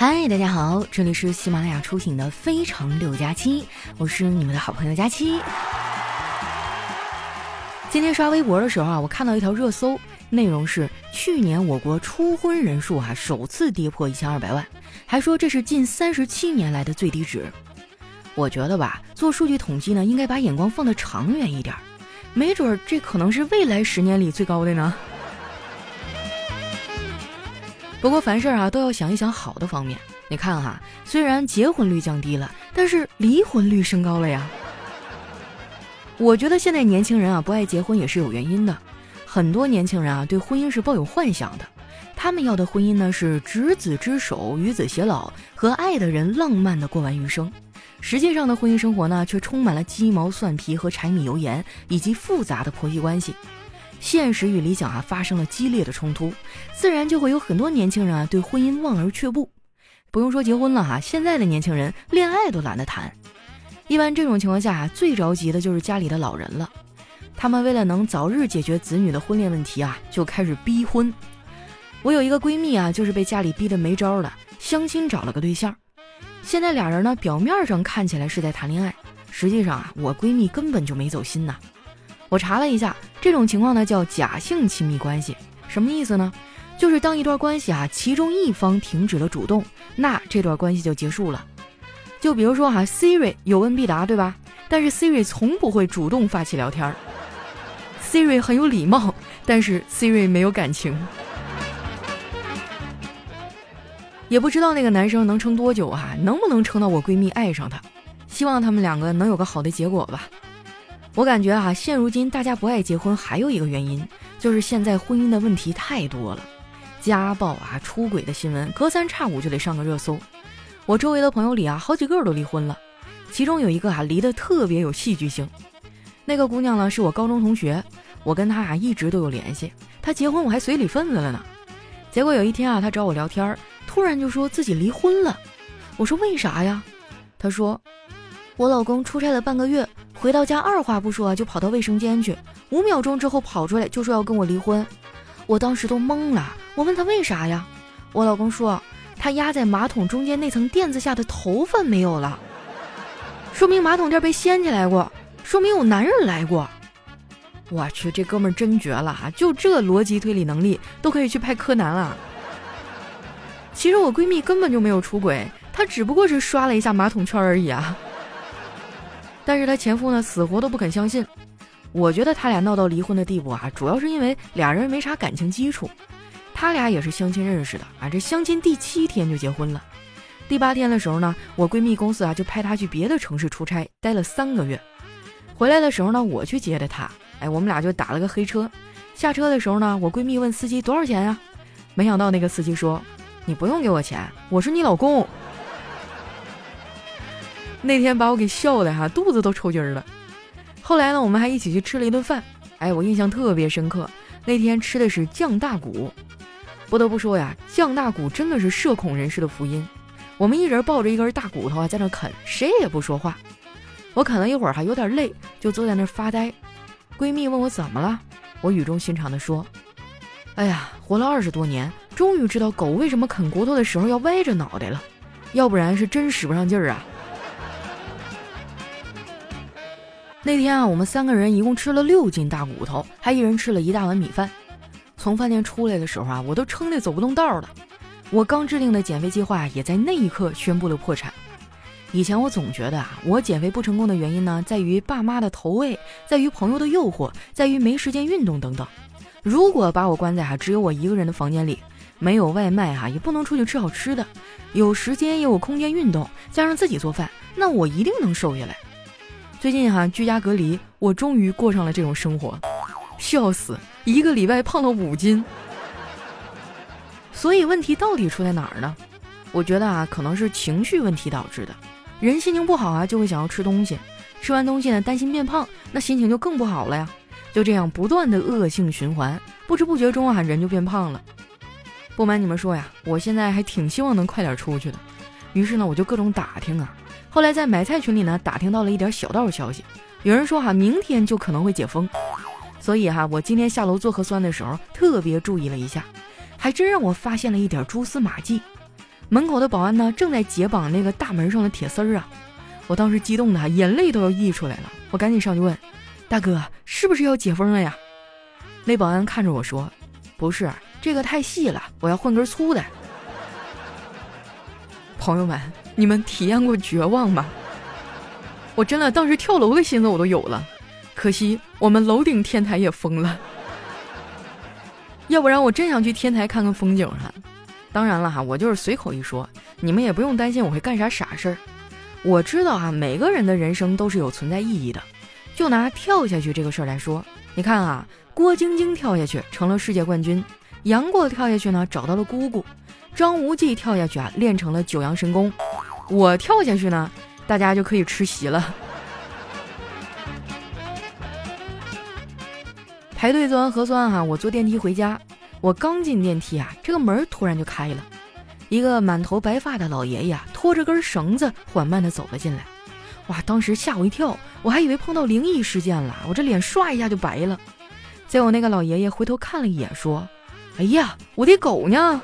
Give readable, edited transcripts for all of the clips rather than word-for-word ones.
嗨，大家好，这里是喜马拉雅出品的非常6+7，我是你们的好朋友佳期。今天刷微博的时候我看到一条热搜，内容是去年我国初婚人数首次跌破1200万，还说这是近37年来的最低值。我觉得做数据统计呢，应该把眼光放得长远一点，没准这可能是未来10年里最高的呢。不过凡事都要想一想好的方面。你看虽然结婚率降低了，但是离婚率升高了呀。我觉得现在年轻人不爱结婚也是有原因的。很多年轻人对婚姻是抱有幻想的，他们要的婚姻呢是执子之手，与子偕老，和爱的人浪漫的过完余生。实际上的婚姻生活呢，却充满了鸡毛蒜皮和柴米油盐，以及复杂的婆媳关系。现实与理想发生了激烈的冲突，自然就会有很多年轻人对婚姻望而却步。不用说结婚了现在的年轻人恋爱都懒得谈。一般这种情况下最着急的就是家里的老人了。他们为了能早日解决子女的婚恋问题就开始逼婚。我有一个闺蜜就是被家里逼得没招了，相亲找了个对象。现在俩人呢，表面上看起来是在谈恋爱，实际上我闺蜜根本就没走心呐。我查了一下，这种情况呢叫假性亲密关系。什么意思呢？就是当一段关系其中一方停止了主动，那这段关系就结束了。就比如说Siri 有问必答，对吧？但是 Siri 从不会主动发起聊天。Siri 很有礼貌，但是 Siri 没有感情。也不知道那个男生能撑多久能不能撑到我闺蜜爱上他。希望他们两个能有个好的结果吧。我感觉现如今大家不爱结婚还有一个原因，就是现在婚姻的问题太多了。家暴出轨的新闻隔三差五就得上个热搜。我周围的朋友里好几个都离婚了，其中有一个离得特别有戏剧性。那个姑娘呢是我高中同学，我跟她一直都有联系，她结婚我还随礼份子了呢。结果有一天她找我聊天，突然就说自己离婚了。我说为啥呀？她说我老公出差了半个月，回到家二话不说就跑到卫生间去，5秒钟之后跑出来就说要跟我离婚。我当时都懵了，我问他为啥呀？我老公说他压在马桶中间那层垫子下的头发没有了，说明马桶垫被掀起来过，说明有男人来过。我去，这哥们儿真绝了就这逻辑推理能力都可以去拍柯南了。其实我闺蜜根本就没有出轨，她只不过是刷了一下马桶圈而已但是她前夫呢死活都不肯相信。我觉得他俩闹到离婚的地步主要是因为俩人没啥感情基础。他俩也是相亲认识的这相亲第7天就结婚了。第8天的时候呢，我闺蜜公司就派她去别的城市出差，待了3个月。回来的时候呢，我去接的她，我们俩就打了个黑车。下车的时候呢，我闺蜜问司机多少钱呀？没想到那个司机说，你不用给我钱，我是你老公。那天把我给笑的肚子都抽筋了。后来呢，我们还一起去吃了一顿饭，我印象特别深刻。那天吃的是酱大骨。不得不说酱大骨真的是社恐人士的福音。我们一人抱着一根大骨头在那啃，谁也不说话。我啃了一会儿有点累，就坐在那发呆。闺蜜问我怎么了，我语重心长地说，哎呀，活了20多年，终于知道狗为什么啃骨头的时候要歪着脑袋了，要不然是真使不上劲儿那天我们3个人一共吃了6斤大骨头，还一人吃了1大碗米饭。从饭店出来的时候我都撑得走不动道了。我刚制定的减肥计划也在那一刻宣布了破产。以前我总觉得我减肥不成功的原因呢，在于爸妈的投喂，在于朋友的诱惑，在于没时间运动等等。如果把我关在只有我一个人的房间里，没有外卖也不能出去吃好吃的，有时间也有空间运动，加上自己做饭，那我一定能瘦下来。最近居家隔离，我终于过上了这种生活，笑死，1个礼拜胖了5斤。所以问题到底出在哪儿呢？我觉得可能是情绪问题导致的。人心情不好就会想要吃东西，吃完东西呢担心变胖，那心情就更不好了呀。就这样不断的恶性循环，不知不觉中人就变胖了。不瞒你们说我现在还挺希望能快点出去的。于是呢我就各种打听后来在买菜群里呢打听到了一点小道消息，有人说明天就可能会解封。所以我今天下楼做核酸的时候特别注意了一下，还真让我发现了一点蛛丝马迹。 门口的保安呢正在解绑那个大门上的铁丝儿啊。我当时激动的眼泪都要溢出来了，我赶紧上去问大哥是不是要解封了呀？那保安看着我说不是，这个太细了，我要换根粗的。朋友们，你们体验过绝望吗？我真的当时跳楼的心思我都有了，可惜我们楼顶天台也封了，要不然我真想去天台看看风景哈。当然了哈，我就是随口一说，你们也不用担心我会干啥傻事儿。我知道啊，每个人的人生都是有存在意义的。就拿跳下去这个事儿来说，你看啊，郭晶晶跳下去成了世界冠军，杨过跳下去呢找到了姑姑，张无忌跳下去啊练成了九阳神功，我跳下去呢大家就可以吃席了。排队做完核酸啊，我坐电梯回家，我刚进电梯啊，这个门突然就开了，一个满头白发的老爷爷拖着根绳子缓慢地走了进来。哇，当时吓我一跳，我还以为碰到灵异事件了，我这脸唰一下就白了。结果那个老爷爷回头看了一眼说，哎呀，我的狗呢？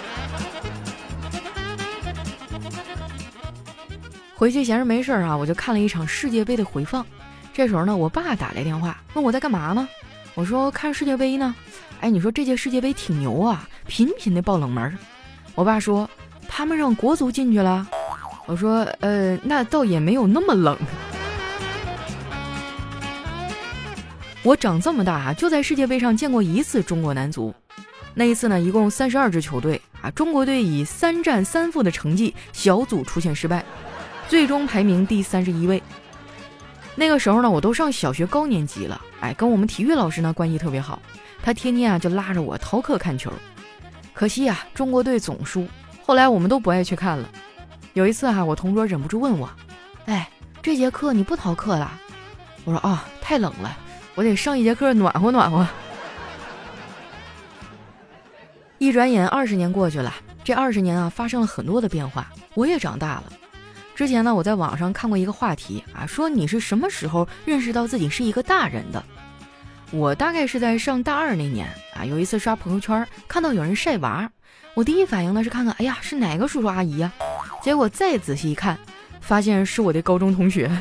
回去闲着没事啊，我就看了一场世界杯的回放。这时候呢，我爸打来电话问我在干嘛呢，我说看世界杯呢。哎，你说这届世界杯挺牛啊，频频的爆冷门。我爸说他们让国足进去了。我说那倒也没有那么冷。我长这么大啊，就在世界杯上见过一次中国男足。那一次呢，一共32支球队啊，中国队以3战3负的成绩小组出线失败，最终排名第31位。那个时候呢，我都上小学高年级了，哎，跟我们体育老师呢关系特别好，他天天啊就拉着我逃课看球。可惜啊，中国队总输，后来我们都不爱去看了。有一次我同桌忍不住问我，哎，这节课你不逃课了？我说啊，太冷了，我得上一节课暖和暖和。一转眼20年过去了，这20年啊发生了很多的变化，我也长大了。之前呢，我在网上看过一个话题啊，说你是什么时候认识到自己是一个大人的？我大概是在上大2那年啊，有一次刷朋友圈看到有人晒娃，我第一反应呢是看看，哎呀，是哪个叔叔阿姨呀？结果再仔细一看，发现是我的高中同学。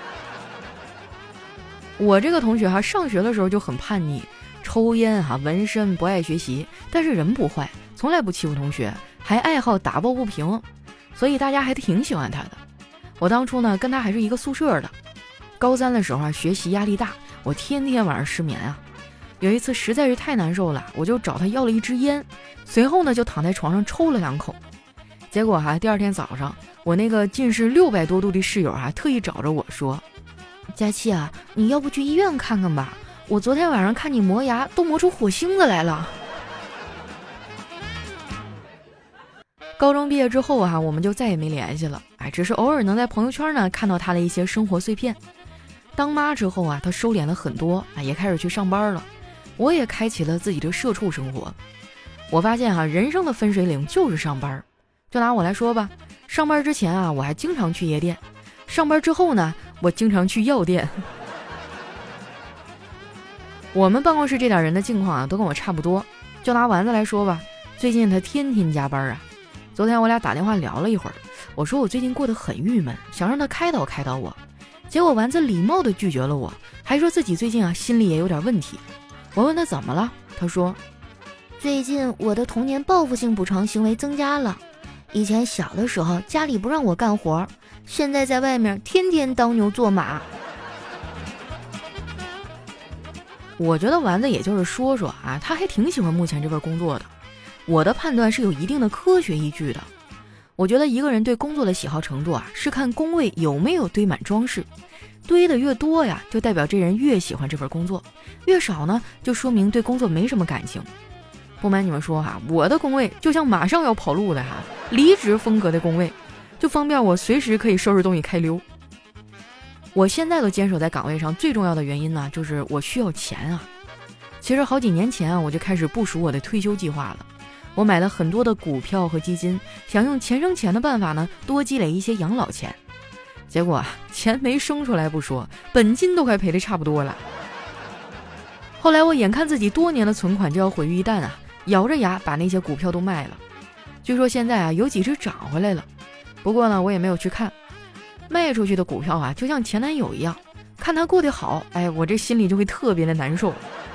我这个同学上学的时候就很叛逆，抽烟纹身，不爱学习，但是人不坏，从来不欺负同学，还爱好打抱不平，所以大家还挺喜欢他的。我当初呢跟他还是一个宿舍的。高3的时候学习压力大，我天天晚上失眠啊。有一次实在是太难受了，我就找他要了一支烟，随后呢就躺在床上抽了2口。结果第二天早上，我那个近视600多度的室友特意找着我说，佳琪啊，你要不去医院看看吧，我昨天晚上看你磨牙都磨出火星子来了。高中毕业之后我们就再也没联系了，只是偶尔能在朋友圈呢看到他的一些生活碎片。当妈之后他收敛了很多，也开始去上班了。我也开启了自己的社畜生活。我发现人生的分水岭就是上班。就拿我来说吧，上班之前我还经常去夜店，上班之后呢，我经常去药店。我们办公室这点人的境况都跟我差不多。就拿丸子来说吧，最近他天天加班昨天我俩打电话聊了一会儿，我说我最近过得很郁闷，想让他开导开导我。结果丸子礼貌地拒绝了我，还说自己最近心里也有点问题。我问他怎么了，他说最近我的童年报复性补偿行为增加了，以前小的时候家里不让我干活，现在在外面天天当牛做马。我觉得丸子也就是说说他还挺喜欢目前这份工作的。我的判断是有一定的科学依据的。我觉得一个人对工作的喜好程度是看工位有没有堆满装饰，堆的越多就代表这人越喜欢这份工作，越少呢，就说明对工作没什么感情。不瞒你们说我的工位就像马上要跑路的离职风格的工位，就方便我随时可以收拾东西开溜。我现在都坚守在岗位上，最重要的原因呢，就是我需要钱其实好几年前我就开始部署我的退休计划了。我买了很多的股票和基金，想用钱生钱的办法呢，多积累一些养老钱。结果钱没生出来不说，本金都快赔得差不多了。后来我眼看自己多年的存款就要毁于一旦咬着牙把那些股票都卖了。 据说现在啊有几只涨回来了，不过呢我也没有去看。卖出去的股票啊就像前男友一样，看他过得好，哎，我这心里就会特别的难受。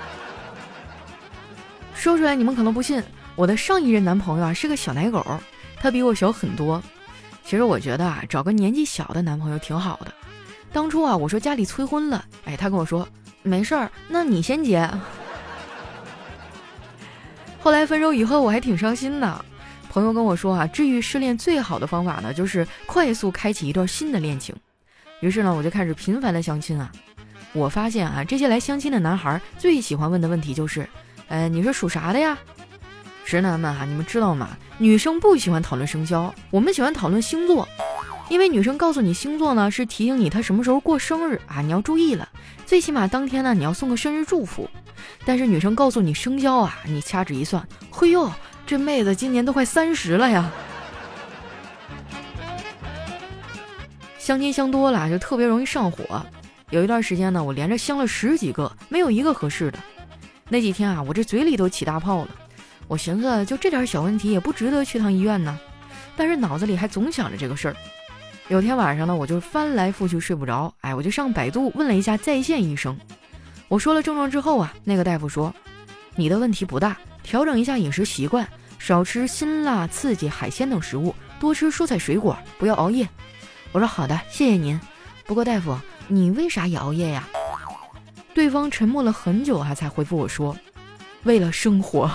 说出来你们可能不信，我的上一任男朋友啊是个小奶狗，他比我小很多。其实我觉得啊找个年纪小的男朋友挺好的。当初啊我说家里催婚了，哎，他跟我说没事儿，那你先结。后来分手以后我还挺伤心的。朋友跟我说啊，治愈失恋最好的方法呢，就是快速开启一段新的恋情。于是呢，我就开始频繁的相亲啊。我发现啊，这些来相亲的男孩最喜欢问的问题就是，你是属啥的呀？直男们啊，你们知道吗？女生不喜欢讨论生肖，我们喜欢讨论星座，因为女生告诉你星座呢，是提醒你她什么时候过生日啊，你要注意了，最起码当天呢，你要送个生日祝福。但是女生告诉你生肖啊，你掐指一算，嘿呦，这妹子今年都快30了呀。相亲相多了就特别容易上火。有一段时间呢，我连着相了10几个，没有一个合适的。那几天啊，我这嘴里都起大泡了。我寻思就这点小问题也不值得去趟医院呢，但是脑子里还总想着这个事儿。有天晚上呢，我就翻来覆去睡不着，我就上百度问了一下在线医生。我说了症状之后啊，那个大夫说你的问题不大，调整一下饮食习惯，少吃辛辣刺激海鲜等食物，多吃蔬菜水果，不要熬夜。我说好的，谢谢您。不过大夫，你为啥也熬夜呀？对方沉默了很久啊，才回复我说为了生活。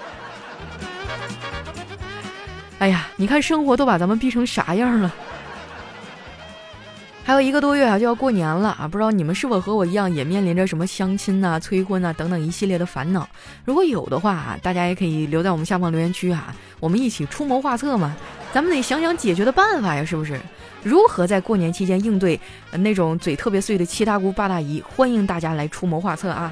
哎呀，你看生活都把咱们逼成啥样了。还有1个多月啊就要过年了啊，不知道你们是否和我一样也面临着什么相亲啊、催婚啊等等一系列的烦恼？如果有的话啊，大家也可以留在我们下方留言区啊，我们一起出谋划策嘛，咱们得想想解决的办法呀，是不是？如何在过年期间应对那种嘴特别碎的七大姑八大姨？欢迎大家来出谋划策啊！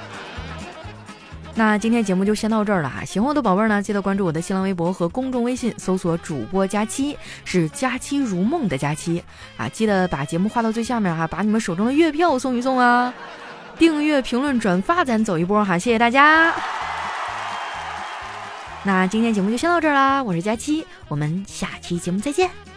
那今天节目就先到这儿了啊！喜欢我的宝贝儿呢，记得关注我的新浪微博和公众微信，搜索主播佳期，是佳期如梦的佳期啊！记得把节目画到最下面哈，把你们手中的月票送一送啊！订阅、评论、转发，咱走一波哈！谢谢大家。那今天节目就先到这儿啦，我是佳期，我们下期节目再见。